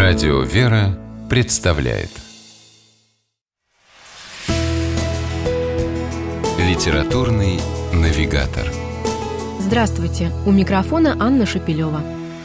Радио «Вера» представляет Литературный навигатор. Здравствуйте! У микрофона Анна Шапилева.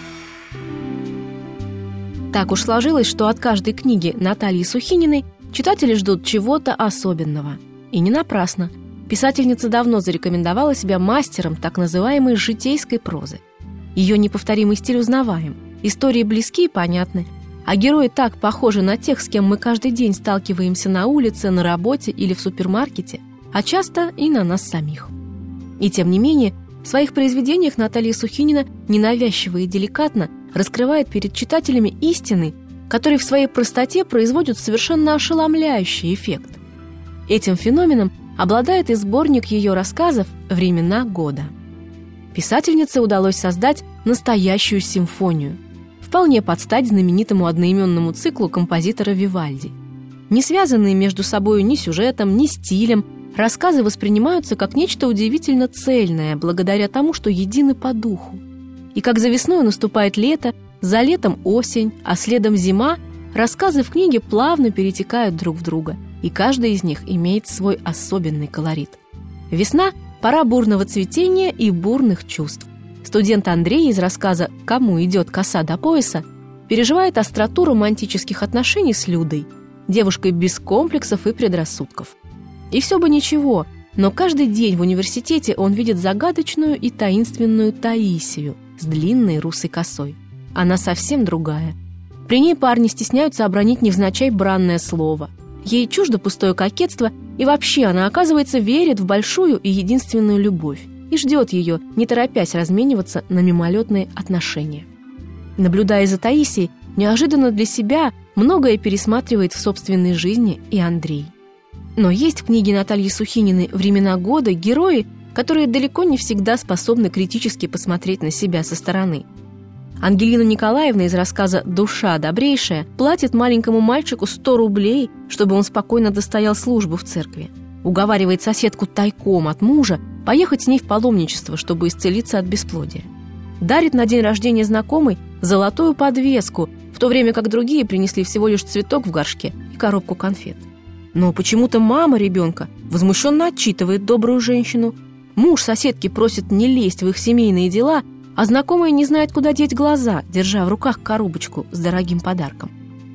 Так уж сложилось, что от каждой книги Натальи Сухининой читатели ждут чего-то особенного. И не напрасно. Писательница давно зарекомендовала себя мастером так называемой житейской прозы. Ее неповторимый стиль узнаваем, истории близки и понятны, а герои так похожи на тех, с кем мы каждый день сталкиваемся на улице, на работе или в супермаркете, а часто и на нас самих. И тем не менее, в своих произведениях Наталья Сухинина ненавязчиво и деликатно раскрывает перед читателями истины, которые в своей простоте производят совершенно ошеломляющий эффект. Этим феноменом обладает и сборник ее рассказов «Времена года». Писательнице удалось создать настоящую симфонию, вполне под стать знаменитому одноименному циклу композитора Вивальди. Не связанные между собой ни сюжетом, ни стилем, рассказы воспринимаются как нечто удивительно цельное, благодаря тому, что едины по духу. И как за весной наступает лето, за летом осень, а следом зима, рассказы в книге плавно перетекают друг в друга, и каждый из них имеет свой особенный колорит. Весна – пора бурного цветения и бурных чувств. Студент Андрей из рассказа «Кому идет коса до пояса» переживает остроту романтических отношений с Людой, девушкой без комплексов и предрассудков. И все бы ничего, но каждый день в университете он видит загадочную и таинственную Таисию с длинной русой косой. Она совсем другая. При ней парни стесняются обронить невзначай бранное слово. Ей чуждо пустое кокетство, и вообще она, оказывается, верит в большую и единственную любовь и ждет ее, не торопясь размениваться на мимолетные отношения. Наблюдая за Таисией, неожиданно для себя многое пересматривает в собственной жизни и Андрей. Но есть в книге Натальи Сухининой «Времена года» герои, которые далеко не всегда способны критически посмотреть на себя со стороны. Ангелина Николаевна из рассказа «Душа добрейшая» платит маленькому мальчику 100 рублей, чтобы он спокойно достоял службу в церкви. Уговаривает соседку тайком от мужа поехать с ней в паломничество, чтобы исцелиться от бесплодия. Дарит на день рождения знакомой золотую подвеску, в то время как другие принесли всего лишь цветок в горшке и коробку конфет. Но почему-то мама ребенка возмущенно отчитывает добрую женщину. Муж соседки просит не лезть в их семейные дела, а знакомая не знает, куда деть глаза, держа в руках коробочку с дорогим подарком.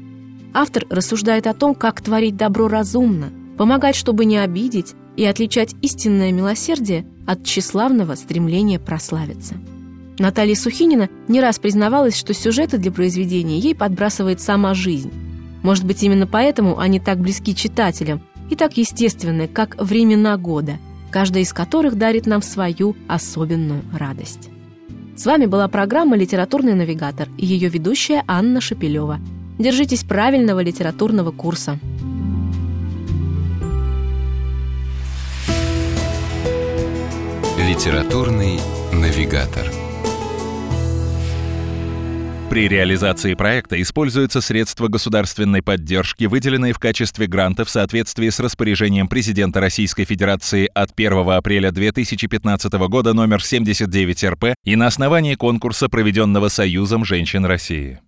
Автор рассуждает о том, как творить добро разумно, помогать, чтобы не обидеть, и отличать истинное милосердие от тщеславного стремления прославиться. Наталья Сухинина не раз признавалась, что сюжеты для произведения ей подбрасывает сама жизнь. Может быть, именно поэтому они так близки читателям и так естественны, как «Времена года», каждая из которых дарит нам свою особенную радость. С вами была программа «Литературный навигатор» и ее ведущая Анна Шапилева. Держитесь правильного литературного курса. Литературный навигатор. При реализации проекта используются средства государственной поддержки, выделенные в качестве гранта в соответствии с распоряжением президента Российской Федерации от 1 апреля 2015 года номер 79 РП и на основании конкурса, проведенного Союзом женщин России.